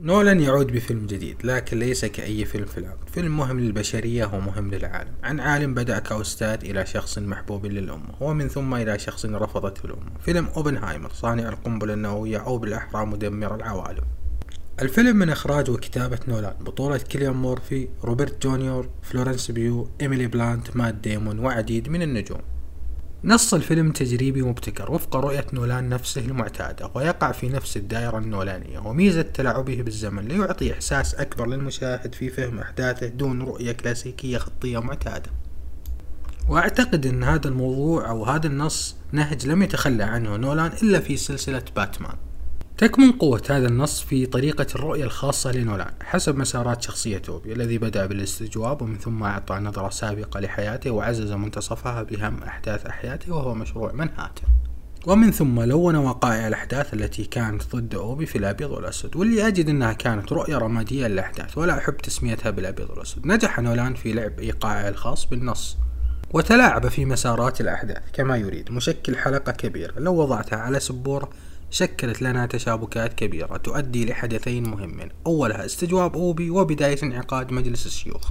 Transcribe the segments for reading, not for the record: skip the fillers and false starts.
نولان يعود بفيلم جديد، لكن ليس كأي فيلم في العرض. فيلم مهم للبشرية ومهم للعالم، عن عالم بدأ كأستاذ إلى شخص محبوب للأمة، ومن ثم إلى شخص رفضته الأمة. فيلم أوبنهايمر، صانع القنبلة النووية أو بالأحرى مدمر العوالم. الفيلم من إخراج وكتابة نولان، بطولة كيليان مورفي، روبرت جونيور، فلورنس بيو، إيميلي بلانت، مات ديمون وعديد من النجوم. نص الفيلم تجريبي مبتكر وفق رؤية نولان نفسه المعتادة، ويقع في نفس الدائرة النولانية، وميزة تلاعبه بالزمن ليعطي إحساس أكبر للمشاهد في فهم أحداثه دون رؤية كلاسيكية خطية معتادة. وأعتقد أن هذا الموضوع أو هذا النص نهج لم يتخلى عنه نولان إلا في سلسلة باتمان. تكمن قوة هذا النص في طريقة الرؤية الخاصة لنولان حسب مسارات شخصية توبي، الذي بدأ بالاستجواب ومن ثم أعطى نظرة سابقة لحياته وعزز منتصفها بهم أحداث حياته وهو مشروع منهاتن، ومن ثم لون وقائع الأحداث التي كانت ضد أوبي في الأبيض والأسود، واللي أجد أنها كانت رؤية رمادية للأحداث ولا أحب تسميتها بالأبيض والأسود. نجح نولان في لعب إيقاعه الخاص بالنص وتلاعب في مسارات الأحداث كما يريد، مشكل حلقة كبيرة لو وضعتها على سبورة شكلت لنا تشابكات كبيرة تؤدي لحدثين مهمين، أولها استجواب أوبي وبداية انعقاد مجلس الشيوخ.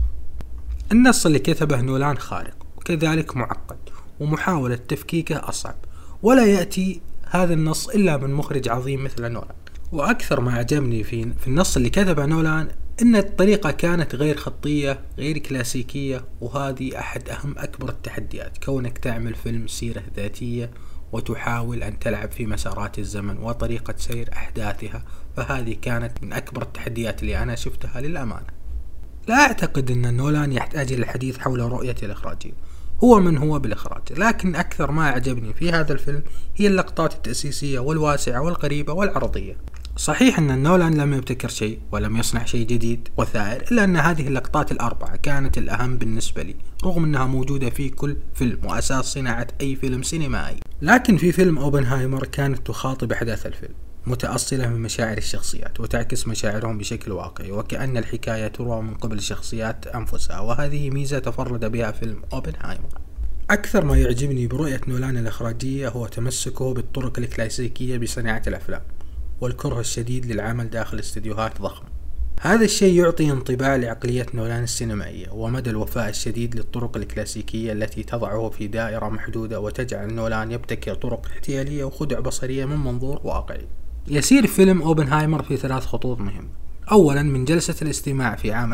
النص اللي كتبه نولان خارق وكذلك معقد، ومحاولة تفكيكه أصعب، ولا يأتي هذا النص إلا من مخرج عظيم مثل نولان. وأكثر ما أعجبني في النص اللي كتبه نولان إن الطريقة كانت غير خطية غير كلاسيكية، وهذه أحد أهم أكبر التحديات، كونك تعمل فيلم سيرة ذاتية وتحاول أن تلعب في مسارات الزمن وطريقة سير أحداثها، فهذه كانت من أكبر التحديات اللي أنا شفتها للأمانة. لا أعتقد أن نولان يحتاج إلى الحديث حول رؤيته الإخراجية، هو من هو بالإخراج، لكن أكثر ما أعجبني في هذا الفيلم هي اللقطات التأسيسية والواسعة والقريبة والعرضية. صحيح أن نولان لم يبتكر شيء ولم يصنع شيء جديد وثائر، إلا أن هذه اللقطات الأربعة كانت الأهم بالنسبة لي، رغم أنها موجودة في كل فيلم وأساس صناعة أي فيلم سينمائي. لكن في فيلم أوبنهايمر كانت تخاطب أحداث الفيلم، متأصلة من مشاعر الشخصيات وتعكس مشاعرهم بشكل واقعي، وكأن الحكاية تروى من قبل الشخصيات أنفسها، وهذه ميزة تفرد بها فيلم أوبنهايمر. أكثر ما يعجبني برؤية نولان الإخراجية هو تمسكه بالطرق الكلاسيكية بصناعة الأفلام والكره الشديد للعمل داخل استديوهات ضخمة. هذا الشيء يعطي انطباع لعقلية نولان السينمائية ومدى الوفاء الشديد للطرق الكلاسيكية التي تضعه في دائرة محدودة، وتجعل نولان يبتكر طرق احتيالية وخدع بصرية من منظور واقعي. يسير فيلم أوبنهايمر في 3 خطوط مهمة. أولا، من جلسة الاستماع في عام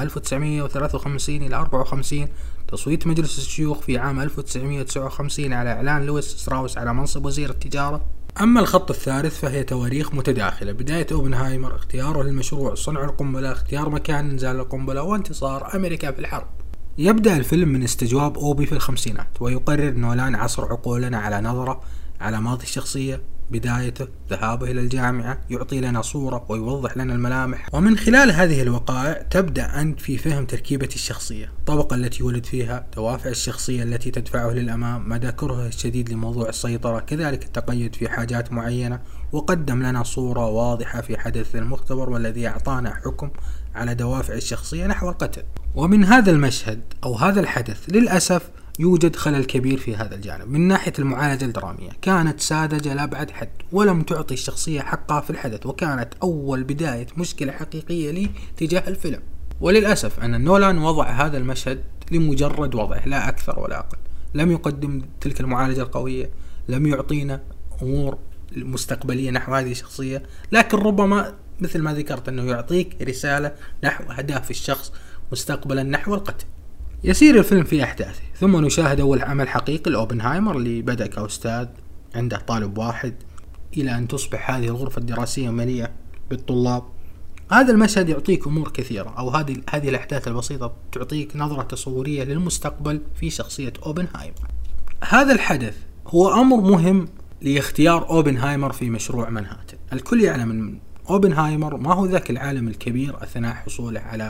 1953 إلى 54، تصويت مجلس الشيوخ في عام 1959 على إعلان لويس ستراوس على منصب وزير التجارة. أما الخط الثالث فهي تواريخ متداخلة، بداية أوبنهايمر، اختياره للمشروع، صنع القنبلة، اختيار مكان إنزال القنبلة، وانتصار أمريكا في الحرب. يبدأ الفيلم من استجواب أوبي في الخمسينات، ويقرر نولان عصر عقولنا على نظرة على ماضي الشخصية، بدايته، ذهابه إلى الجامعة، يعطي لنا صورة ويوضح لنا الملامح، ومن خلال هذه الوقائع تبدأ أنت في فهم تركيبة الشخصية، الطبقة التي ولد فيها، دوافع الشخصية التي تدفعه للأمام، مدى كرهه الشديد لموضوع السيطرة، كذلك التقيد في حاجات معينة، وقدم لنا صورة واضحة في حدث المختبر والذي أعطانا حكم على دوافع الشخصية نحو القتل. ومن هذا المشهد أو هذا الحدث للأسف يوجد خلل كبير في هذا الجانب. من ناحية المعالجة الدرامية كانت ساذجة لأبعد حد، ولم تعطي الشخصية حقها في الحدث، وكانت أول بداية مشكلة حقيقية لي تجاه الفيلم. وللأسف أن نولان وضع هذا المشهد لمجرد وضعه لا أكثر ولا أقل، لم يقدم تلك المعالجة القوية، لم يعطينا أمور مستقبلية نحو هذه الشخصية، لكن ربما مثل ما ذكرت أنه يعطيك رسالة نحو أهداف الشخص مستقبلا نحو القتل. يسير الفيلم في أحداثه، ثم نشاهد أول عمل حقيقي لأوبنهايمر اللي بدأ كأستاذ عنده طالب واحد، إلى أن تصبح هذه الغرفة الدراسية مليئة بالطلاب. هذا المشهد يعطيك أمور كثيرة، أو هذه الأحداث البسيطة تعطيك نظرة تصورية للمستقبل في شخصية أوبنهايمر. هذا الحدث هو أمر مهم لاختيار أوبنهايمر في مشروع منهاتن. الكل يعلم أن أوبنهايمر ما هو ذاك العالم الكبير أثناء حصوله على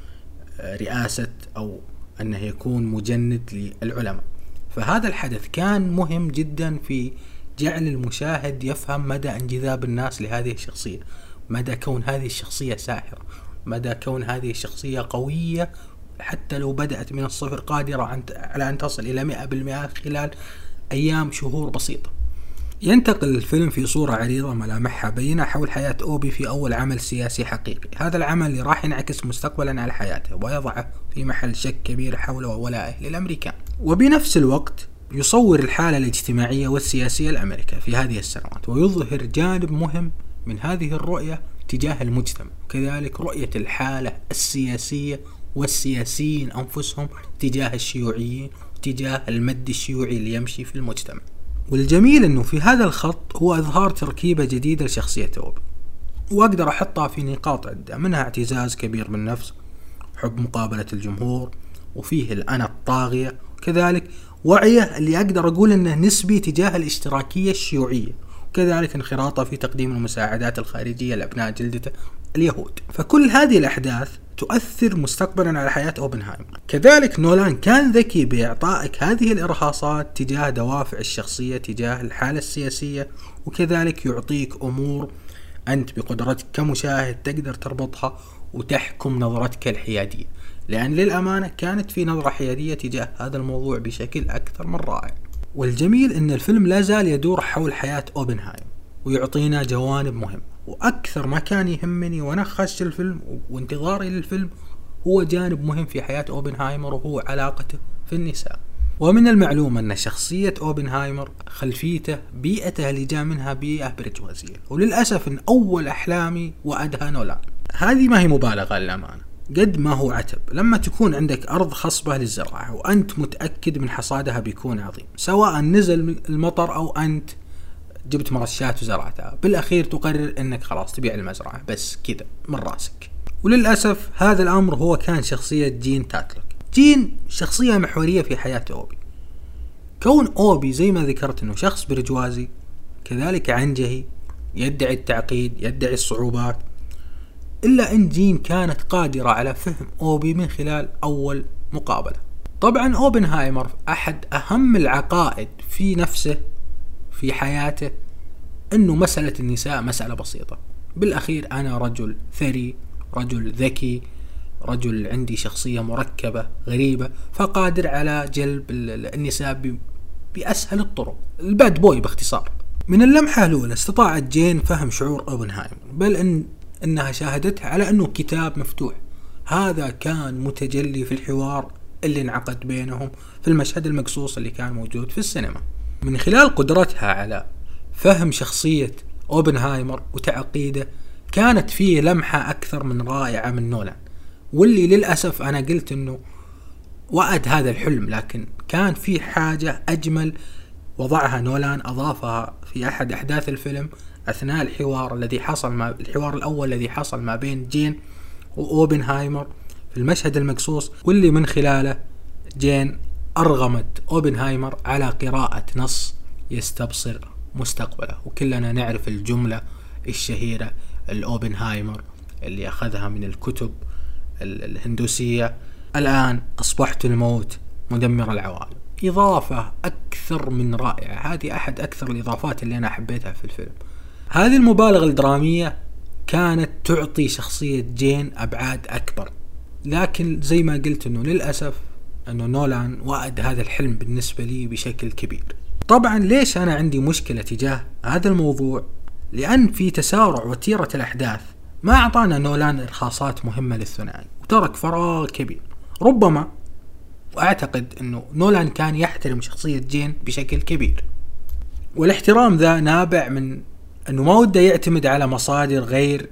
رئاسة أو أنه يكون مجند للعلماء، فهذا الحدث كان مهم جدا في جعل المشاهد يفهم مدى انجذاب الناس لهذه الشخصية، مدى كون هذه الشخصية ساحرة، مدى كون هذه الشخصية قوية حتى لو بدأت من الصفر قادرة على أن تصل إلى 100% خلال أيام شهور بسيطة. ينتقل الفيلم في صورة عريضة ملامحها بينة حول حياة أوبي في أول عمل سياسي حقيقي. هذا العمل اللي راح ينعكس مستقبلا على حياته ويضعه في محل شك كبير حول ولائه للأمريكان، وبنفس الوقت يصور الحالة الاجتماعية والسياسية لأمريكا في هذه السنوات، ويظهر جانب مهم من هذه الرؤية تجاه المجتمع، وكذلك رؤية الحالة السياسية والسياسيين أنفسهم تجاه الشيوعيين وتجاه المد الشيوعي اللي يمشي في المجتمع. والجميل أنه في هذا الخط هو إظهار تركيبة جديدة لشخصية أوبي، وأقدر أحطها في نقاط عدة، منها اعتزاز كبير بالنفس، حب مقابلة الجمهور، وفيه الأنا الطاغية، وكذلك وعيه اللي أقدر أقول أنه نسبي تجاه الاشتراكية الشيوعية، وكذلك انخراطه في تقديم المساعدات الخارجية لأبناء جلدته اليهود. فكل هذه الأحداث تؤثر مستقبلا على حياة أوبنهايمر. كذلك نولان كان ذكي بإعطائك هذه الإرهاصات تجاه دوافع الشخصية تجاه الحالة السياسية، وكذلك يعطيك أمور أنت بقدرتك كمشاهد تقدر تربطها وتحكم نظرتك الحيادية، لأن للأمانة كانت في نظرة حيادية تجاه هذا الموضوع بشكل أكثر من رائع. والجميل أن الفيلم لا زال يدور حول حياة أوبنهايمر ويعطينا جوانب مهمة. وأكثر ما كان يهمني وأنا خش الفيلم وانتظاري للفيلم هو جانب مهم في حياة أوبنهايمر، وهو علاقته في النساء. ومن المعلوم أن شخصية أوبنهايمر خلفيته بيئته اللي جاء منها بيئة برجوازية، وللأسف أن أول أحلامي وعدها نولان. هذه ما هي مبالغة للأمانة قد ما هو عتب لما تكون عندك أرض خصبة للزراعة وأنت متأكد من حصادها بيكون عظيم، سواء نزل المطر أو أنت جبت مرشات وزرعتها، بالأخير تقرر أنك خلاص تبيع المزرعة بس كذا من راسك. وللأسف هذا الأمر هو كان شخصية جين تاتلوك. جين شخصية محورية في حياة أوبي. كون أوبي زي ما ذكرت أنه شخص برجوازي، كذلك عنجهي، يدعي التعقيد، يدعي الصعوبات، إلا أن جين كانت قادرة على فهم أوبي من خلال أول مقابلة. طبعا أوبنهايمر أحد أهم العقائد في نفسه في حياته أنه مسألة النساء مسألة بسيطة، بالأخير أنا رجل ثري، رجل ذكي، رجل عندي شخصية مركبة غريبة، فقادر على جلب النساء بأسهل الطرق، الباد بوي باختصار. من اللمحة الأولى استطاعت جين فهم شعور أوبنهايمر، بل أنها شاهدته على أنه كتاب مفتوح. هذا كان متجلي في الحوار اللي انعقد بينهم في المشهد المقصوص اللي كان موجود في السينما. من خلال قدرتها على فهم شخصية أوبنهايمر وتعقيده كانت فيه لمحة أكثر من رائعة من نولان، واللي للأسف أنا قلت أنه وعد هذا الحلم، لكن كان في حاجة أجمل وضعها نولان، أضافها في أحد أحداث الفيلم أثناء الحوار الأول الذي حصل ما بين جين وأوبنهايمر في المشهد المقصوص، واللي من خلاله جين أرغمت أوبنهايمر على قراءة نص يستبصر مستقبله. وكلنا نعرف الجملة الشهيرة الأوبنهايمر اللي أخذها من الكتب الهندوسية: الآن أصبحت الموت مدمر العوالم. إضافة أكثر من رائعة، هذه أحد أكثر الإضافات اللي أنا حبيتها في الفيلم. هذه المبالغة الدرامية كانت تعطي شخصية جين أبعاد أكبر، لكن زي ما قلت أنه للأسف أنه نولان وعد هذا الحلم بالنسبة لي بشكل كبير. طبعا ليش أنا عندي مشكلة تجاه هذا الموضوع؟ لأن في تسارع وتيرة الأحداث ما أعطانا نولان إرهاصات مهمة للثنائي، وترك فراغ كبير. ربما وأعتقد أنه نولان كان يحترم شخصية جين بشكل كبير، والاحترام ذا نابع من أنه ما وده يعتمد على مصادر غير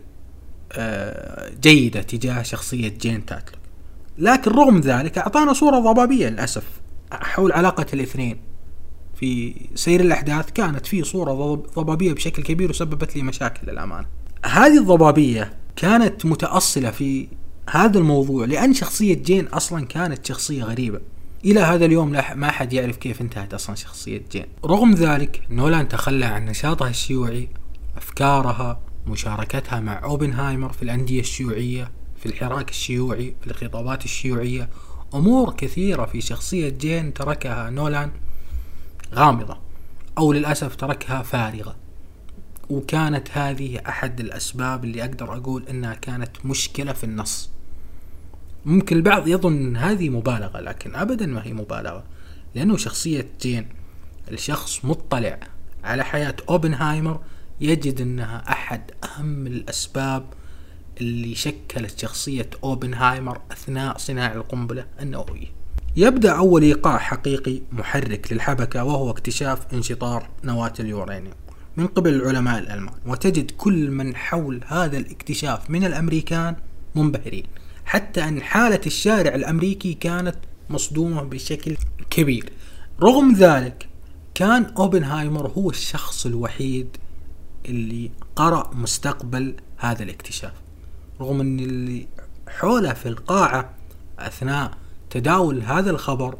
جيدة تجاه شخصية جين تاتلوك. لكن رغم ذلك أعطانا صورة ضبابية للأسف حول علاقة الاثنين. في سير الأحداث كانت في صورة ضبابية بشكل كبير وسببت لي مشاكل للأمانة. هذه الضبابية كانت متأصلة في هذا الموضوع لأن شخصية جين أصلا كانت شخصية غريبة. إلى هذا اليوم ما حد يعرف كيف انتهت أصلا شخصية جين. رغم ذلك نولان تخلى عن نشاطها الشيوعي، أفكارها، مشاركتها مع أوبنهايمر في الأندية الشيوعية، في الحراك الشيوعي، في الخطابات الشيوعية. أمور كثيرة في شخصية جين تركها نولان غامضة، أو للأسف تركها فارغة، وكانت هذه أحد الأسباب اللي أقدر أقول أنها كانت مشكلة في النص. ممكن البعض يظن هذه مبالغة، لكن أبدا ما هي مبالغة، لأنه شخصية جين الشخص مطلع على حياة أوبنهايمر يجد أنها أحد أهم الأسباب اللي شكلت شخصية أوبنهايمر أثناء صناعة القنبلة النووية. يبدأ أول إيقاع حقيقي محرك للحبكة وهو اكتشاف انشطار نواة اليورانيوم من قبل العلماء الألمان، وتجد كل من حول هذا الاكتشاف من الأمريكان منبهرين، حتى أن حالة الشارع الأمريكي كانت مصدومة بشكل كبير. رغم ذلك كان أوبنهايمر هو الشخص الوحيد اللي قرأ مستقبل هذا الاكتشاف، رغم أن اللي حوله في القاعة أثناء تداول هذا الخبر،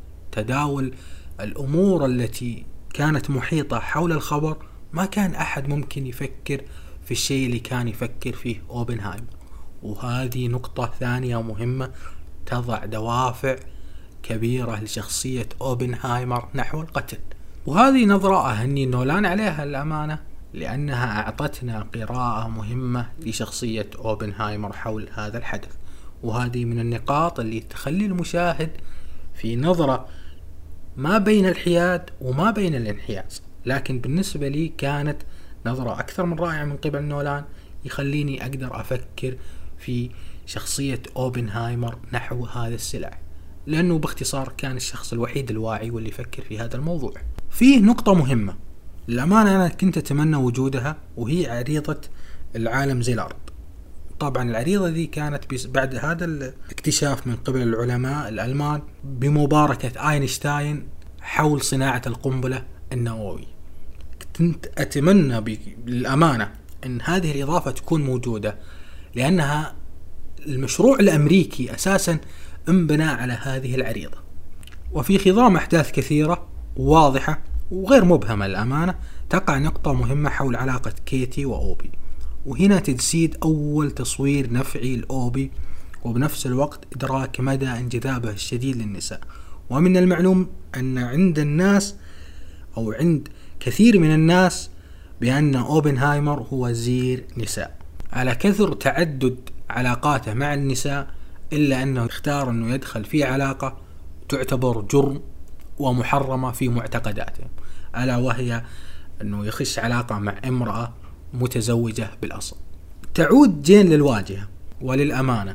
تداول الأمور التي كانت محيطة حول الخبر، ما كان أحد ممكن يفكر في الشيء اللي كان يفكر فيه أوبنهايمر. وهذه نقطة ثانية مهمة تضع دوافع كبيرة لشخصية أوبنهايمر نحو القتل. وهذه نظرة أهني نولان عليها الأمانة، لأنها أعطتنا قراءة مهمة لشخصية أوبنهايمر حول هذا الحدث. وهذه من النقاط اللي تخلي المشاهد في نظرة ما بين الحياد وما بين الانحياز، لكن بالنسبة لي كانت نظرة أكثر من رائعة من قبل نولان، يخليني أقدر أفكر في شخصية أوبنهايمر نحو هذا السلاح، لأنه باختصار كان الشخص الوحيد الواعي واللي يفكر في هذا الموضوع. فيه نقطة مهمة للأمانة أنا كنت أتمنى وجودها، وهي عريضة العالم زي الأرض. طبعا العريضة دي كانت بعد هذا الاكتشاف من قبل العلماء الألمان بمباركة أينشتاين حول صناعة القنبلة النووية. كنت أتمنى بالأمانة أن هذه الإضافة تكون موجودة، لأنها المشروع الأمريكي أساسا انبنى على هذه العريضة. وفي خضام أحداث كثيرة واضحة وغير مبهمة الأمانة تقع نقطة مهمة حول علاقة كيتي وأوبي، وهنا تجسيد أول تصوير نفعي لأوبي، وبنفس الوقت إدراك مدى انجذابه الشديد للنساء. ومن المعلوم أن عند الناس أو عند كثير من الناس بأن أوبنهايمر هو زير نساء، على كثر تعدد علاقاته مع النساء، إلا أنه اختار أنه يدخل في علاقة تعتبر جرم ومحرمة في معتقداتهم، ألا وهي أنه يخش علاقة مع امرأة متزوجة بالأصل. تعود جين للواجهة، وللأمانة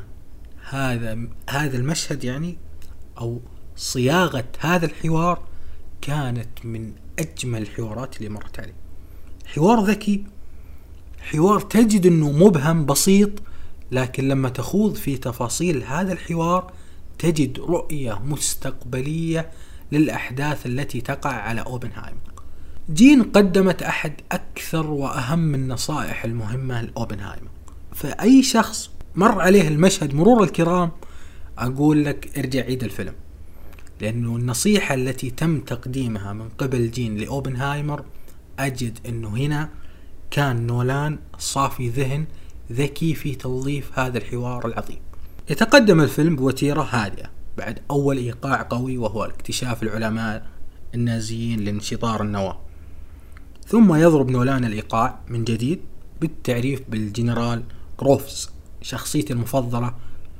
هذا المشهد يعني أو صياغة هذا الحوار كانت من أجمل الحوارات اللي مرت علي. حوار ذكي، حوار تجد أنه مبهم بسيط، لكن لما تخوض في تفاصيل هذا الحوار تجد رؤية مستقبلية للأحداث التي تقع على أوبنهايمر. جين قدمت أحد أكثر وأهم النصائح المهمة لأوبنهايمر، فأي شخص مر عليه المشهد مرور الكرام أقول لك ارجع عيد الفيلم، لأنه النصيحة التي تم تقديمها من قبل جين لأوبنهايمر أجد أنه هنا كان نولان صافي ذهن ذكي في توظيف هذا الحوار العظيم. يتقدم الفيلم بوتيرة هادئة بعد أول إيقاع قوي، وهو اكتشاف العلماء النازيين لانشطار النواة، ثم يضرب نولان الإيقاع من جديد بالتعريف بالجنرال غروفز، شخصيتي المفضلة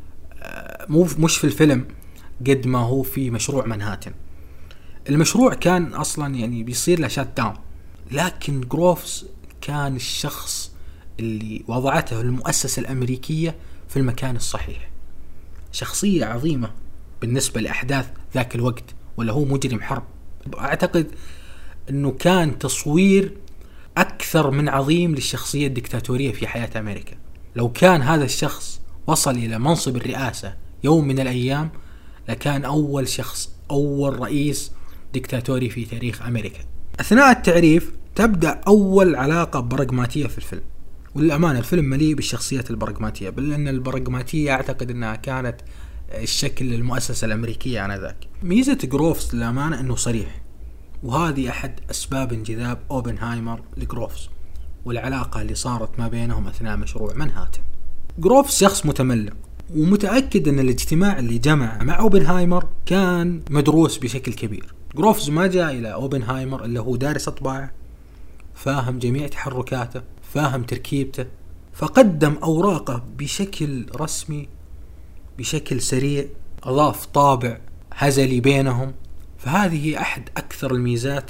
مش في الفيلم قد ما هو في مشروع منهاتن. المشروع كان أصلا يعني بيصير له شات داون، لكن غروفز كان الشخص اللي وضعته المؤسسة الأمريكية في المكان الصحيح، شخصية عظيمة بالنسبة لأحداث ذاك الوقت، ولا هو مجرم حرب. أعتقد أنه كان تصوير أكثر من عظيم للشخصية الدكتاتورية في حياة أمريكا. لو كان هذا الشخص وصل إلى منصب الرئاسة يوم من الأيام لكان أول شخص، أول رئيس دكتاتوري في تاريخ أمريكا. أثناء التعريف تبدأ أول علاقة براغماتية في الفيلم، وللأمانة الفيلم مليء بالشخصيات البراغماتية، بل أن البراغماتية أعتقد أنها كانت الشكل المؤسسة الأمريكية آنذاك. ميزة غروفز للأمانة أنه صريح، وهذه أحد أسباب انجذاب أوبنهايمر لغروفز والعلاقة اللي صارت ما بينهم أثناء مشروع منهاتن. غروفز شخص متملق ومتأكد أن الاجتماع اللي جمع مع أوبنهايمر كان مدروس بشكل كبير. غروفز ما جاء إلى أوبنهايمر إلا هو دارس أطباعه، فاهم جميع تحركاته، فاهم تركيبته، فقدم أوراقه بشكل رسمي بشكل سريع، أضاف طابع هزلي بينهم. فهذه أحد أكثر الميزات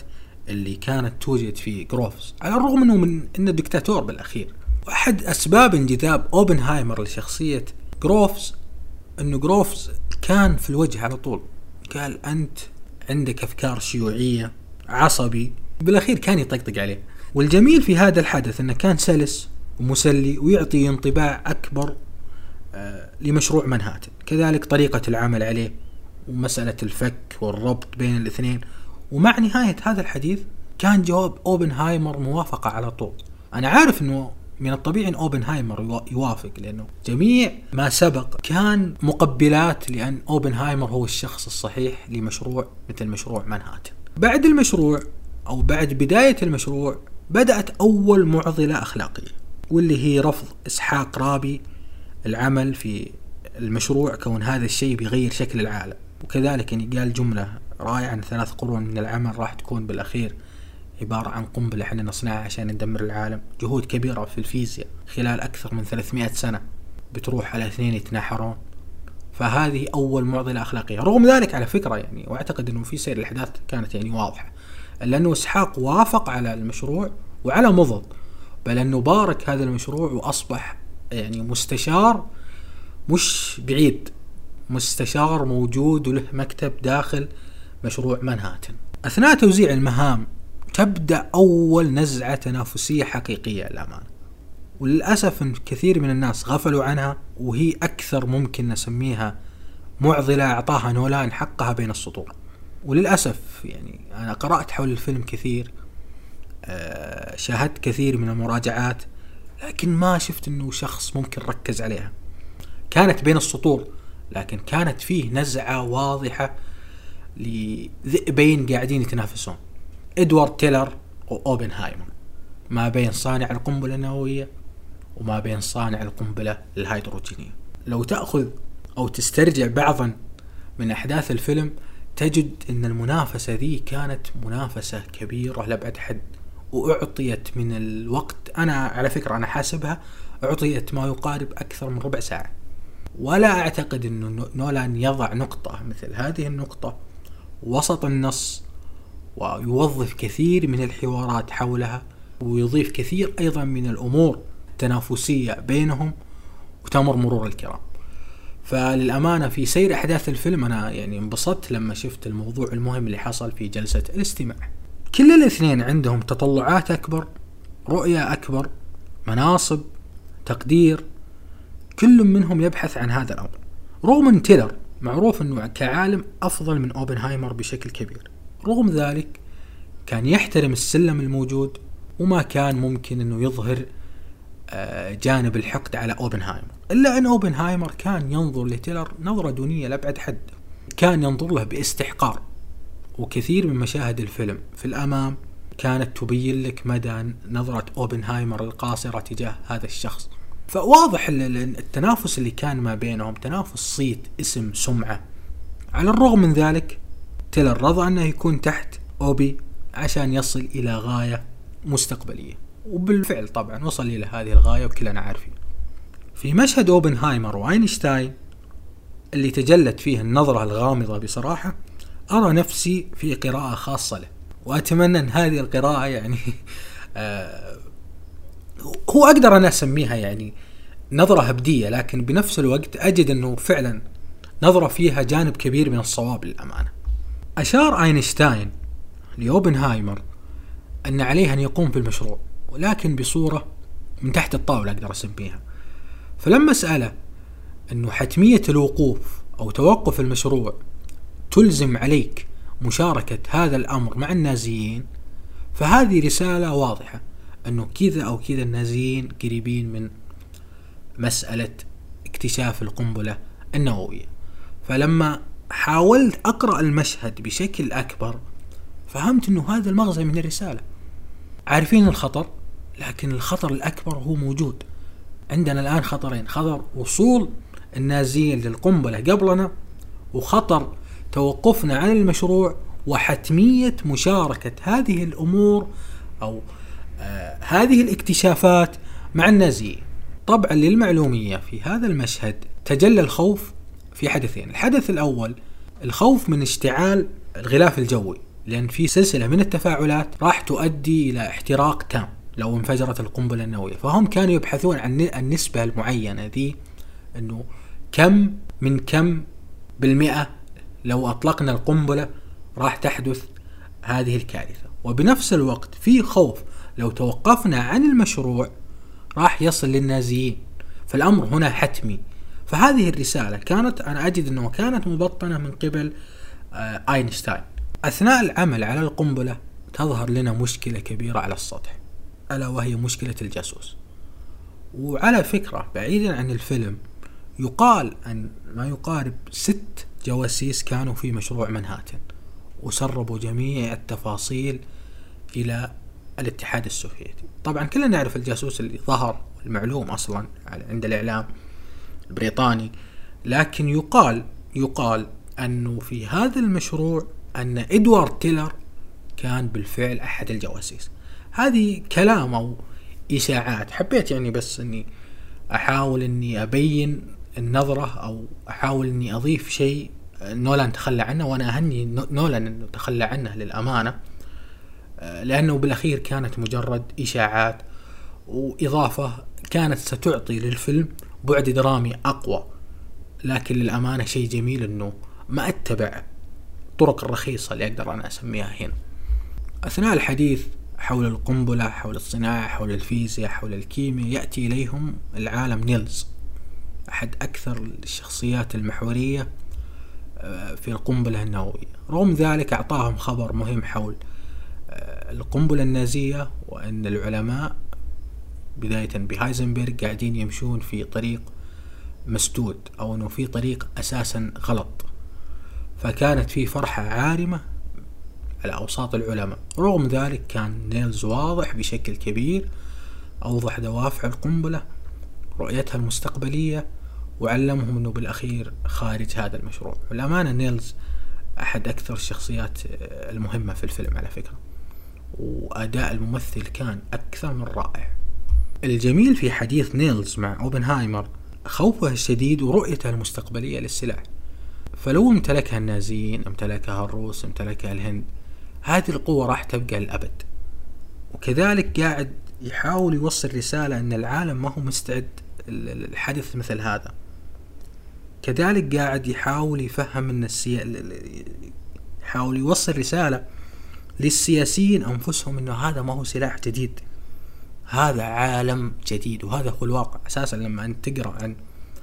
اللي كانت توجد في جروفز، على الرغم انه دكتاتور بالاخير. واحد اسباب انجذاب اوبنهايمر لشخصية جروفز انه جروفز كان في الوجه على طول، قال انت عندك افكار شيوعية، عصبي، بالاخير كان يطقطق عليه. والجميل في هذا الحدث انه كان سلس ومسلي ويعطي انطباع اكبر لمشروع منهاتن، كذلك طريقة العمل عليه ومسألة الفك والربط بين الاثنين. ومع نهاية هذا الحديث كان جواب اوبنهايمر موافقة على طول. انا عارف انه من الطبيعي ان اوبنهايمر يوافق، لانه جميع ما سبق كان مقبلات لان اوبنهايمر هو الشخص الصحيح لمشروع مثل مشروع منهاتن. بعد المشروع او بعد بداية المشروع بدأت اول معضلة اخلاقية، واللي هي رفض اسحاق رابي العمل في المشروع، كون هذا الشيء بيغير شكل العالم. وكذلك يعني قال جملة رائعة عن 3 قرون من العمل راح تكون بالأخير عبارة عن قنبلة احنا نصنعها عشان ندمر العالم. جهود كبيرة في الفيزياء خلال أكثر من 300 سنة بتروح على 2 يتناحرون. فهذه أول معضلة أخلاقية. رغم ذلك على فكرة يعني، وأعتقد أنه في سير الأحداث كانت يعني واضحة، لأنه إسحاق وافق على المشروع وعلى مضض، بل أنه بارك هذا المشروع وأصبح يعني مستشار مش بعيد، مستشار موجود وله مكتب داخل مشروع منهاتن. أثناء توزيع المهام تبدأ أول نزعة تنافسية حقيقية للأمانة، وللأسف إن كثير من الناس غفلوا عنها، وهي أكثر ممكن نسميها معضلة أعطاها نولان حقها بين السطور. وللأسف يعني أنا قرأت حول الفيلم كثير، شاهدت كثير من المراجعات، لكن ما شفت إنه شخص ممكن ركز عليها. كانت بين السطور، لكن كانت فيه نزعة واضحة لذئبين قاعدين يتنافسون، إدوارد تيلر وأوبنهايمر، ما بين صانع القنبلة النووية وما بين صانع القنبلة الهيدروجينية. لو تأخذ أو تسترجع بعضا من أحداث الفيلم تجد أن المنافسة ذي كانت منافسة كبيرة لأبعد حد، وأعطيت من الوقت، أنا على فكرة أنا حاسبها أعطيت ما يقارب أكثر من ربع ساعة. ولا أعتقد أنه نولان يضع نقطة مثل هذه النقطة وسط النص ويوظف كثير من الحوارات حولها، ويضيف كثير أيضا من الأمور التنافسية بينهم وتمر مرور الكرام. فللأمانة في سير أحداث الفيلم أنا يعني انبسطت لما شفت الموضوع المهم اللي حصل في جلسة الاستماع. كل الاثنين عندهم تطلعات أكبر، رؤية أكبر، مناصب، تقدير، كل منهم يبحث عن هذا الأمر. رغم أن تيلر معروف أنه كعالم أفضل من أوبنهايمر بشكل كبير، رغم ذلك كان يحترم السلم الموجود، وما كان ممكن أنه يظهر جانب الحقد على أوبنهايمر. إلا أن أوبنهايمر كان ينظر لتيلر نظرة دونية لأبعد حد، كان ينظر له باستحقار. وكثير من مشاهد الفيلم في الأمام كانت تبين لك مدى نظرة أوبنهايمر القاصرة تجاه هذا الشخص. فواضح التنافس اللي كان ما بينهم تنافس صيت، اسم، سمعة. على الرغم من ذلك تيلر رضى أنه يكون تحت أوبي عشان يصل إلى غاية مستقبلية، وبالفعل طبعا وصل إلى هذه الغاية وكلنا عارفين. في مشهد أوبنهايمر وأينشتاين اللي تجلت فيه النظرة الغامضة بصراحة، أرى نفسي في قراءة خاصة له، وأتمنى أن هذه القراءة يعني هو أقدر أنا أسميها يعني نظرة هبدية، لكن بنفس الوقت أجد أنه فعلا نظرة فيها جانب كبير من الصواب للأمانة. أشار أينشتاين لأوبنهايمر أن عليه أن يقوم بالمشروع، ولكن بصورة من تحت الطاولة أقدر أسميها. فلما سأله أنه حتمية الوقوف أو توقف المشروع تلزم عليك مشاركة هذا الأمر مع النازيين، فهذه رسالة واضحة أنه كذا أو كذا النازيين قريبين من مسألة اكتشاف القنبلة النووية. فلما حاولت أقرأ المشهد بشكل أكبر فهمت أنه هذا المغزى من الرسالة. عارفين الخطر، لكن الخطر الأكبر هو موجود عندنا الآن. خطرين: خطر وصول النازيين للقنبلة قبلنا، وخطر توقفنا عن المشروع وحتمية مشاركة هذه الأمور أو هذه الاكتشافات مع النازيين. طبعا للمعلومية في هذا المشهد تجلى الخوف في حدثين. الحدث الأول الخوف من اشتعال الغلاف الجوي لأن في سلسلة من التفاعلات راح تؤدي إلى احتراق تام لو انفجرت القنبلة النووية. فهم كانوا يبحثون عن النسبة المعينة ذي، أنه كم بالمئة لو أطلقنا القنبلة راح تحدث هذه الكارثة. وبنفس الوقت في خوف لو توقفنا عن المشروع راح يصل للنازيين، فالأمر هنا حتمي. فهذه الرسالة كانت، أنا أجد أنه كانت مبطنة من قبل أينشتاين. أثناء العمل على القنبلة تظهر لنا مشكلة كبيرة على السطح، ألا وهي مشكلة الجاسوس. وعلى فكرة بعيدا عن الفيلم، يقال أن ما يقارب 6 جواسيس كانوا في مشروع منهاتن، وسربوا جميع التفاصيل إلى الاتحاد السوفيتي. طبعا كلنا نعرف الجاسوس اللي ظهر المعلوم أصلا عند الإعلام البريطاني، لكن يقال أنه في هذا المشروع أن إدوارد تيلر كان بالفعل أحد الجواسيس. هذه كلام أو إشاعات، حبيت يعني بس أني أحاول أني أبين النظرة، أو أحاول أني أضيف شيء نولان تخلى عنه، وأنا أهني نولان أنه تخلى عنه للأمانة، لأنه بالأخير كانت مجرد إشاعات وإضافة كانت ستعطي للفيلم بعد درامي أقوى. لكن للأمانة شيء جميل أنه ما أتبع طرق الرخيصة اللي أقدر أنا أسميها هنا. أثناء الحديث حول القنبلة، حول الصناعة، حول الفيزياء، حول الكيمياء، يأتي إليهم العالم نيلز، أحد أكثر الشخصيات المحورية في القنبلة النووية. رغم ذلك أعطاهم خبر مهم حول القنبلة النازية، وأن العلماء بداية بهايزنبرغ قاعدين يمشون في طريق مسدود، أو أنه في طريق أساسا غلط. فكانت في فرحة عارمة على أوساط العلماء. رغم ذلك كان نيلز واضح بشكل كبير، أوضح دوافع القنبلة، رؤيتها المستقبلية، وعلمهم أنه بالأخير خارج هذا المشروع. والأمانة نيلز أحد أكثر الشخصيات المهمة في الفيلم على فكرة، وأداء الممثل كان أكثر من رائع. الجميل في حديث نيلز مع أوبنهايمر خوفه الشديد ورؤيته المستقبلية للسلاح. فلو امتلكها النازيين، امتلكها الروس، امتلكها الهند، هذه القوة راح تبقى للأبد. وكذلك قاعد يحاول يوصل رسالة أن العالم ما هو مستعد الحدث مثل هذا. كذلك قاعد يحاول يفهم أن يحاول يوصل رسالة للسياسيين أنفسهم أنه هذا ما هو سلاح جديد، هذا عالم جديد، وهذا هو الواقع. أساسا لما أنت تقرأ عن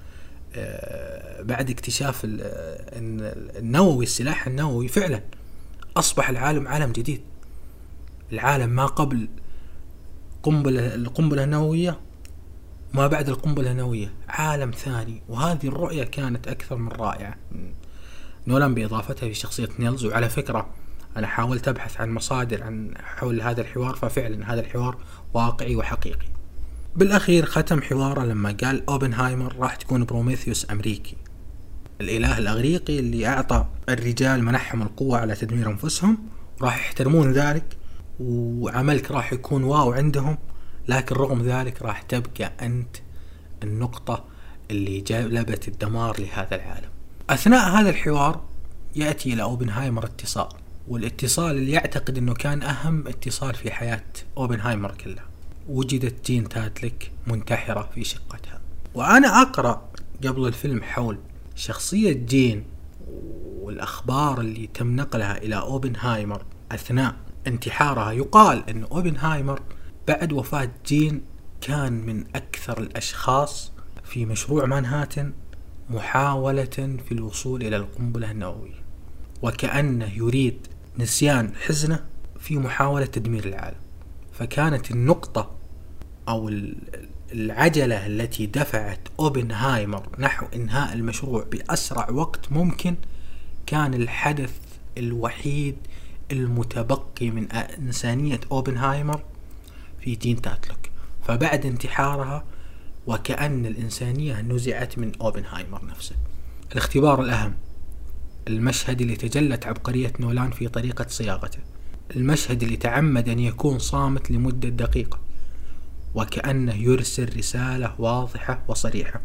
بعد اكتشاف النووي، السلاح النووي، فعلا أصبح العالم عالم جديد. العالم ما قبل القنبلة النووية وما بعد القنبلة النووية عالم ثاني. وهذه الرؤية كانت أكثر من رائعة نولان بإضافتها في شخصية نيلز. وعلى فكرة أنا حاولت أبحث عن مصادر عن حول هذا الحوار، ففعلا هذا الحوار واقعي وحقيقي. بالأخير ختم حواره لما قال أوبنهايمر راح تكون بروميثيوس أمريكي، الإله الأغريقي اللي أعطى الرجال منحهم القوة على تدمير أنفسهم، راح يحترمون ذلك، وعملك راح يكون واو عندهم، لكن رغم ذلك راح تبقى أنت النقطة اللي جلبت الدمار لهذا العالم. أثناء هذا الحوار يأتي إلى أوبنهايمر اتصال، والاتصال اللي يعتقد أنه كان أهم اتصال في حياة أوبنهايمر كلها. وجدت جين تاتليك منتحرة في شقتها. وأنا أقرأ قبل الفيلم حول شخصية جين والأخبار اللي تم نقلها إلى أوبنهايمر أثناء انتحارها. يقال أن أوبنهايمر بعد وفاة جين كان من أكثر الأشخاص في مشروع مانهاتن محاولة في الوصول إلى القنبلة النووية، وكأنه يريد نسيان حزنه في محاولة تدمير العالم. فكانت النقطة أو العجلة التي دفعت أوبنهايمر نحو إنهاء المشروع بأسرع وقت ممكن كان الحدث الوحيد المتبقي من إنسانية أوبنهايمر في جين تاتليك. فبعد انتحارها وكأن الإنسانية نزعت من أوبنهايمر نفسه. الاختبار الأهم، المشهد اللي تجلت عبقرية نولان في طريقة صياغته، المشهد اللي تعمد أن يكون صامت لمدة دقيقة وكأنه يرسل رسالة واضحة وصريحة،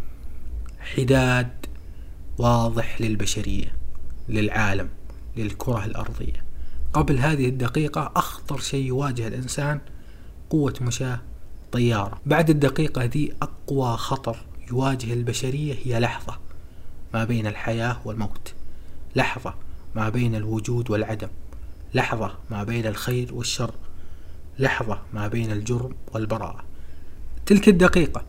حداد واضح للبشرية، للعالم، للكرة الأرضية، قبل هذه الدقيقة أخطر شيء يواجه الإنسان قوة مشاة طيارة. بعد الدقيقة دي أقوى خطر يواجه البشرية هي لحظة ما بين الحياة والموت، لحظة ما بين الوجود والعدم، لحظة ما بين الخير والشر، لحظة ما بين الجرم والبراءة. تلك الدقيقة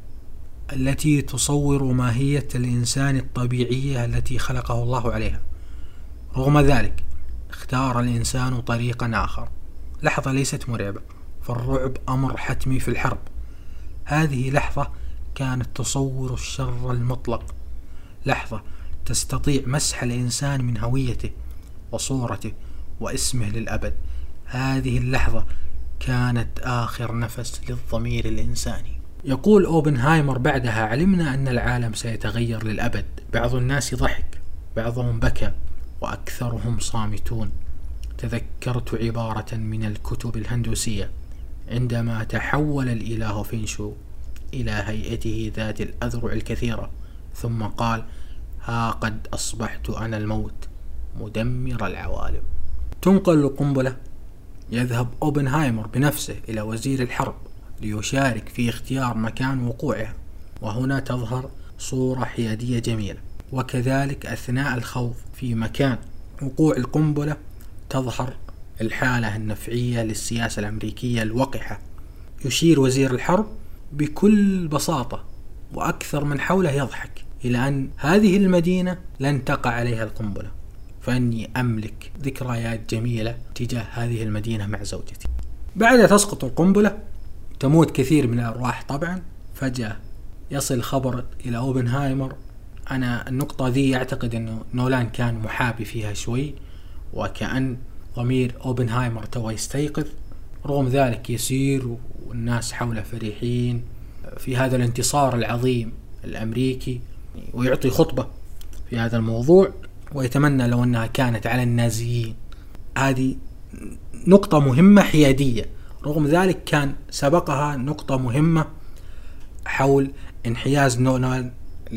التي تصور ماهية الإنسان الطبيعية التي خلقه الله عليها. رغم ذلك اختار الإنسان طريقا آخر. لحظة ليست مرعبة، فالرعب أمر حتمي في الحرب. هذه لحظة كانت تصور الشر المطلق، لحظة تستطيع مسح الإنسان من هويته وصورته واسمه للأبد. هذه اللحظة كانت آخر نفس للضمير الإنساني. يقول أوبنهايمر بعدها: علمنا أن العالم سيتغير للأبد. بعض الناس ضحك، بعضهم بكى، وأكثرهم صامتون. تذكرت عبارة من الكتب الهندوسية: عندما تحول الإله فينشو إلى هيئته ذات الأذرع الكثيرة، ثم قال: ها قد أصبحت أنا الموت مدمر العوالم. تنقل القنبلة. يذهب أوبنهايمر بنفسه إلى وزير الحرب ليشارك في اختيار مكان وقوعها، وهنا تظهر صورة حيادية جميلة. وكذلك أثناء الخوض في مكان وقوع القنبلة تظهر الحالة النفعية للسياسة الأمريكية الوقحة. يشير وزير الحرب بكل بساطة وأكثر من حوله يضحك إلى أن هذه المدينة لن تقع عليها القنبلة، فإني أملك ذكريات جميلة تجاه هذه المدينة مع زوجتي. بعد تسقط القنبلة تموت كثير من الأرواح طبعا. فجأة يصل خبر إلى أوبنهايمر. أنا النقطة ذي أعتقد أنه نولان كان محابي فيها شوي، وكأن ضمير أوبنهايمر توه يستيقظ. رغم ذلك يسير والناس حوله فرحين في هذا الانتصار العظيم الأمريكي، ويعطي خطبة في هذا الموضوع ويتمنى لو أنها كانت على النازيين. هذه نقطة مهمة حيادية. رغم ذلك كان سبقها نقطة مهمة حول انحياز نولان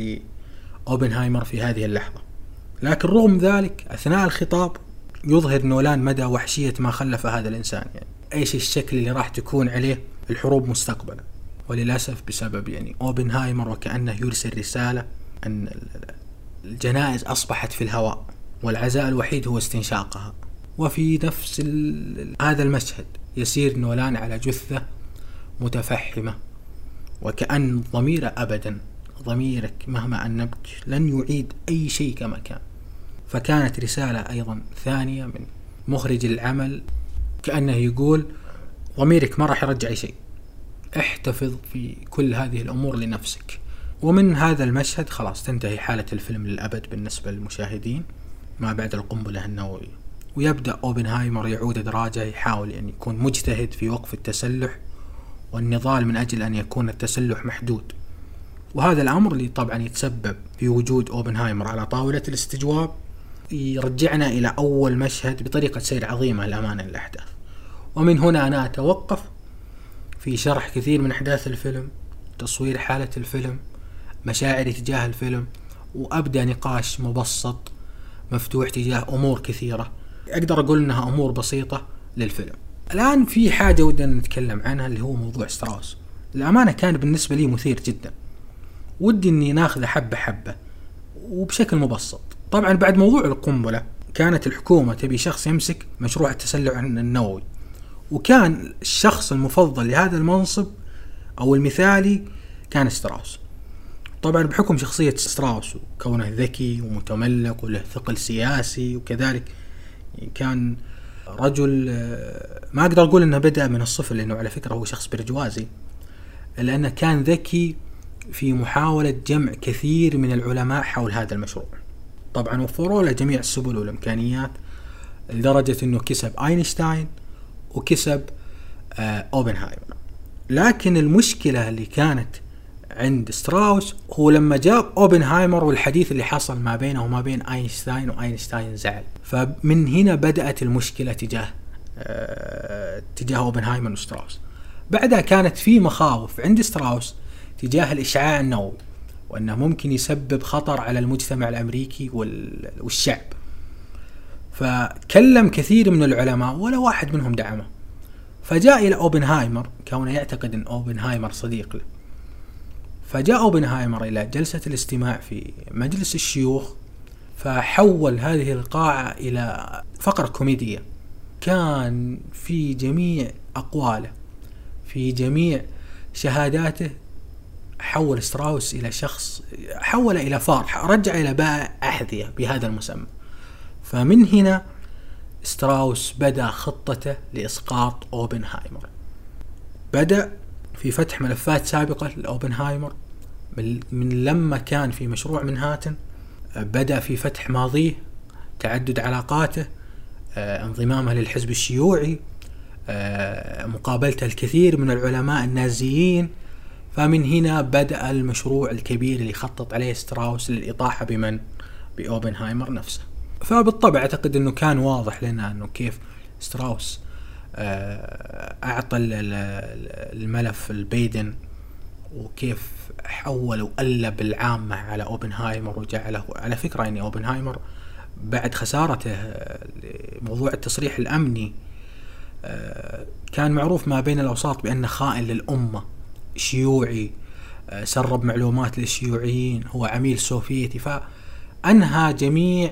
لأوبنهايمر في هذه اللحظة. لكن رغم ذلك أثناء الخطاب يظهر نولان مدى وحشية ما خلف هذا الإنسان. يعني إيش الشكل اللي راح تكون عليه الحروب مستقبلا. وللأسف بسبب أوبنهايمر وكأنه يرسل رسالة أن الجنائز أصبحت في الهواء والعزاء الوحيد هو استنشاقها. وفي نفس هذا المشهد يسير نولان على جثة متفحمة، وكأن ضميره أبدا، ضميرك مهما أنبك لن يعيد أي شيء كما كان. فكانت رسالة أيضا ثانية من مخرج العمل، كأنه يقول ضميرك ما راح يرجع أي شيء، احتفظ في كل هذه الأمور لنفسك. ومن هذا المشهد خلاص تنتهي حالة الفيلم للأبد بالنسبة للمشاهدين ما بعد القنبلة النووية. ويبدأ أوبنهايمر يعود دراجة، يحاول أن يكون مجتهد في وقف التسلح والنضال من أجل أن يكون التسلح محدود. وهذا الأمر اللي طبعا يتسبب في وجود أوبنهايمر على طاولة الاستجواب يرجعنا إلى أول مشهد بطريقة سير عظيمة للأمانة للأحداث. ومن هنا أنا أتوقف في شرح كثير من أحداث الفيلم، تصوير حالة الفيلم، مشاعري تجاه الفيلم، وأبدأ نقاش مبسط مفتوح تجاه أمور كثيرة أقدر أقول أنها أمور بسيطة للفيلم. الآن في حاجة ودنا نتكلم عنها اللي هو موضوع ستراوس. الأمانة كان بالنسبة لي مثير جدا، ودي أني ناخذ حبة حبة وبشكل مبسط. طبعا بعد موضوع القنبلة كانت الحكومة تبي شخص يمسك مشروع التسلح النووي، وكان الشخص المفضل لهذا المنصب أو المثالي كان ستراوس. طبعا بحكم شخصية ستراوس وكونه ذكي ومتملق وله ثقل سياسي، وكذلك كان رجل ما أقدر أقول أنه بدأ من الصفر، لأنه على فكرة هو شخص برجوازي، لأنه كان ذكي في محاولة جمع كثير من العلماء حول هذا المشروع. طبعا وفروا له جميع السبل والإمكانيات لدرجة أنه كسب أينشتاين وكسب أوبنهايمر. لكن المشكلة اللي كانت عند ستراوس هو لما جاء أوبنهايمر والحديث اللي حصل ما بينه وما بين أينشتاين، وأينشتاين زعل. فمن هنا بدأت المشكلة تجاه أوبنهايمر وستراوس. بعدها كانت في مخاوف عند ستراوس تجاه الإشعاع النووي، وأنه ممكن يسبب خطر على المجتمع الأمريكي والشعب. فكلم كثير من العلماء ولا واحد منهم دعمه. فجاء إلى أوبنهايمر كونه يعتقد أن أوبنهايمر صديق له، فجاء أوبنهايمر إلى جلسة الاستماع في مجلس الشيوخ، فحول هذه القاعة إلى فقرة كوميدية. كان في جميع أقواله، في جميع شهاداته، حول ستراوس إلى شخص، حول إلى فار، رجع إلى بائع أحذية بهذا المسمى. فمن هنا ستراوس بدأ خطته لإسقاط أوبنهايمر. بدأ في فتح ملفات سابقة لأوبنهايمر من لما كان في مشروع منهاتن. بدأ في فتح ماضيه، تعدد علاقاته، انضمامه للحزب الشيوعي، مقابلته الكثير من العلماء النازيين. فمن هنا بدأ المشروع الكبير اللي خطط عليه ستراوس للإطاحة بأوبنهايمر نفسه. فبالطبع أعتقد أنه كان واضح لنا أنه كيف ستراوس أعطى الملف البيدن، وكيف حول وقلب العامة على أوبنهايمر وجعله. على فكرة يعني أوبنهايمر بعد خسارته لموضوع التصريح الأمني كان معروف ما بين الأوساط بأنه خائن للأمة، شيوعي، سرب معلومات للشيوعيين، هو عميل سوفيتي. فأنهى جميع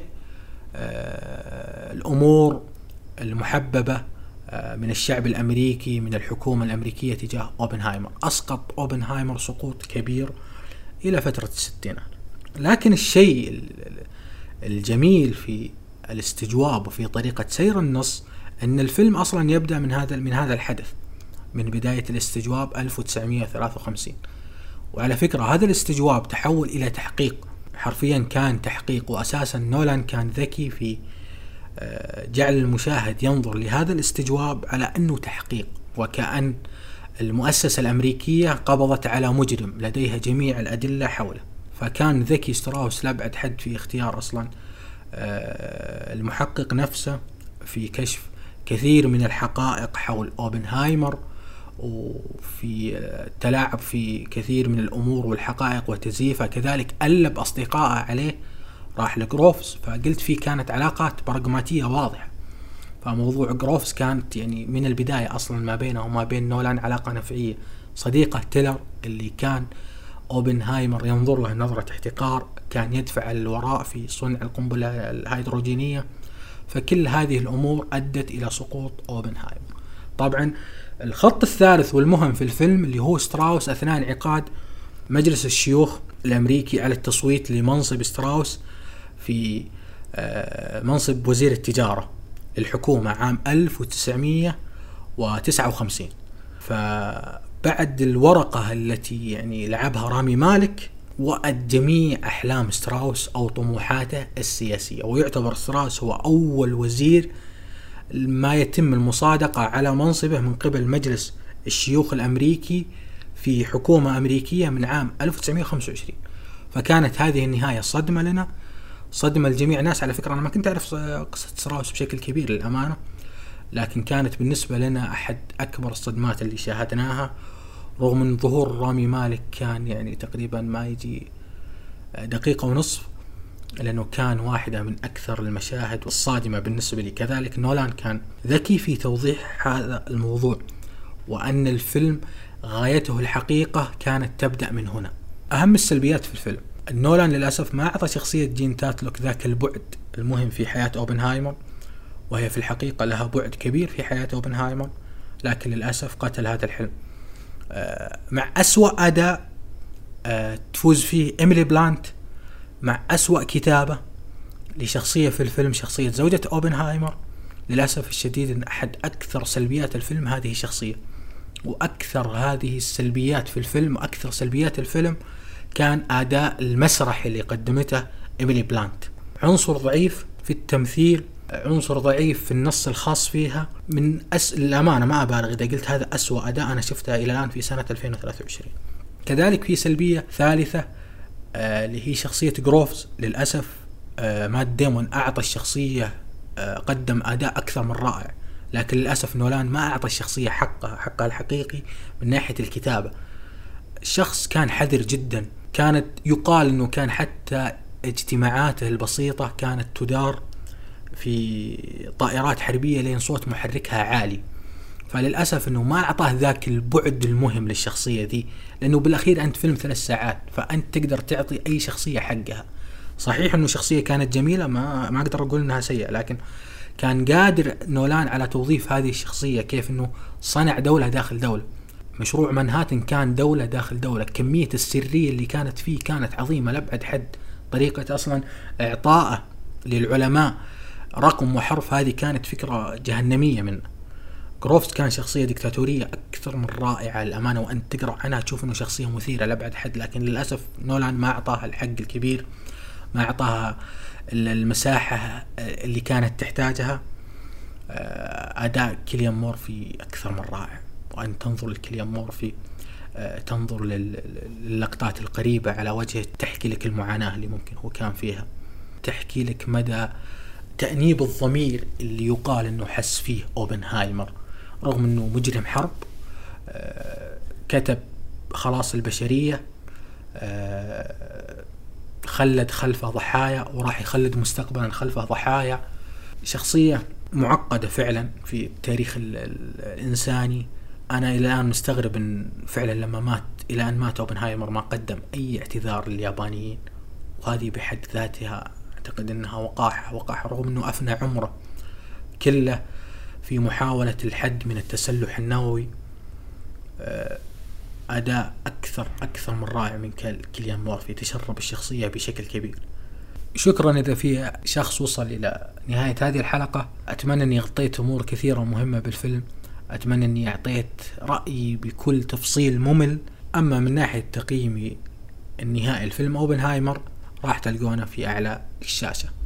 الأمور المحببة من الشعب الأمريكي، من الحكومة الأمريكية تجاه أوبنهايمر. أسقط أوبنهايمر سقوط كبير إلى فترة الستينات. لكن الشيء الجميل في الاستجواب وفي طريقة سير النص أن الفيلم أصلا يبدأ من هذا الحدث، من بداية الاستجواب 1953. وعلى فكرة هذا الاستجواب تحول إلى تحقيق، حرفيا كان تحقيق. وأساسا نولان كان ذكي في جعل المشاهد ينظر لهذا الاستجواب على أنه تحقيق، وكأن المؤسسة الأمريكية قبضت على مجرم لديها جميع الأدلة حوله. فكان ذكي ستراوس لأبعد حد في اختيار أصلا المحقق نفسه في كشف كثير من الحقائق حول أوبنهايمر، وفي التلاعب في كثير من الأمور والحقائق وتزييفها. كذلك قلب أصدقائه عليه، راح لجروفز. فقلت فيه كانت علاقات براغماتية واضحة. فموضوع جروفز كانت يعني من البداية أصلا ما بينه وما بين نولان علاقة نفعية. صديقه تيلر اللي كان أوبنهايمر ينظر له نظرة احتقار، كان يدفع الوراء في صنع القنبلة الهيدروجينية. فكل هذه الأمور أدت إلى سقوط أوبنهايمر. طبعا الخط الثالث والمهم في الفيلم اللي هو ستراوس أثناء انعقاد مجلس الشيوخ الأمريكي على التصويت لمنصب ستراوس في منصب وزير التجارة للحكومة عام 1959. فبعد الورقة التي يعني لعبها رامي مالك وأد جميع أحلام ستراوس أو طموحاته السياسية. ويعتبر ستراوس هو أول وزير ما يتم المصادقة على منصبه من قبل مجلس الشيوخ الأمريكي في حكومة أمريكية من عام 1925. فكانت هذه النهاية صدمة لنا، صدمة لجميع الناس. على فكرة أنا ما كنت أعرف قصة ستراوس بشكل كبير للأمانة، لكن كانت بالنسبة لنا أحد أكبر الصدمات اللي شاهدناها. رغم من ظهور رامي مالك كان يعني تقريبا ما يجي دقيقة ونصف، لأنه كان واحدة من أكثر المشاهد الصادمة بالنسبة لي. كذلك نولان كان ذكي في توضيح هذا الموضوع، وأن الفيلم غايته الحقيقة كانت تبدأ من هنا. أهم السلبيات في الفيلم، نولان للأسف ما أعطى شخصية جين تاتلوك ذاك البعد المهم في حياة أوبنهايمر، وهي في الحقيقة لها بعد كبير في حياة أوبنهايمر، لكن للأسف قتل هذا الحلم. مع أسوأ أداء تفوز فيه إيميلي بلانت، مع أسوأ كتابة لشخصية في الفيلم، شخصية زوجة أوبنهايمر. للأسف الشديد أن أحد أكثر سلبيات الفيلم هذه الشخصية، وأكثر هذه السلبيات في الفيلم وأكثر سلبيات الفيلم كان أداء المسرح اللي قدمته إيميلي بلانت. عنصر ضعيف في التمثيل، عنصر ضعيف في النص الخاص فيها. من الأمانة ما أبالغ إذا قلت هذا أسوأ أداء أنا شفتها إلى الآن في سنة 2023. كذلك في سلبية ثالثة اللي هي شخصية جروفز. للأسف مات ديمون أعطى الشخصية قدم أداء أكثر من رائع، لكن للأسف نولان ما أعطى الشخصية حقها الحقيقي من ناحية الكتابة. الشخص كان حذر جدا، كانت يقال أنه كان حتى اجتماعاته البسيطة كانت تدار في طائرات حربية لين صوت محركها عالي. فللأسف أنه ما أعطاه ذاك البعد المهم للشخصية دي، لأنه بالأخير أنت فيلم 3 ساعات، فأنت تقدر تعطي أي شخصية حقها. صحيح أنه شخصية كانت جميلة، ما أقدر أقول أنها سيئة، لكن كان قادر نولان على توظيف هذه الشخصية، كيف أنه صنع دولة داخل دولة. مشروع مانهاتن كان دولة داخل دولة، كمية السرية اللي كانت فيه كانت عظيمة لأبعد حد. طريقة أصلا إعطائه للعلماء رقم وحرف هذه كانت فكرة جهنمية منه. كروفت كان شخصية ديكتاتورية أكثر من رائعة الأمانة، وأنت تقرأ عنها تشوف أنه شخصية مثيرة لأبعد حد، لكن للأسف نولان ما أعطاها الحق الكبير، ما أعطاها المساحة اللي كانت تحتاجها. أداء كيليان مورفي أكثر من رائع، وأن تنظر لكيليان مورفي تنظر للقطات القريبة على وجهه، تحكي لك المعاناة اللي ممكن هو كان فيها، تحكي لك مدى تأنيب الضمير اللي يقال أنه حس فيه أوبنهايمر، رغم أنه مجرم حرب كتب خلاص البشرية، خلد خلفه ضحايا وراح يخلد مستقبلا خلفه ضحايا. شخصية معقدة فعلا في التاريخ الإنساني. أنا إلى الآن مستغرب أن فعلا لما مات، إلى أن مات أوبنهايمر ما قدم أي اعتذار لليابانيين، وهذه بحد ذاتها أعتقد أنها وقاحة، رغم أنه أفنى عمره كله في محاولة الحد من التسلح النووي. أداء أكثر من رائع من كيليان مورفي، تشرب الشخصية بشكل كبير. شكرا إذا في شخص وصل إلى نهاية هذه الحلقة. أتمنى أني غطيت أمور كثيرة مهمة بالفيلم، أتمنى أني أعطيت رأيي بكل تفصيل ممل. أما من ناحية تقييمي النهائي الفيلم أوبنهايمر راح تلقونه في أعلى الشاشة.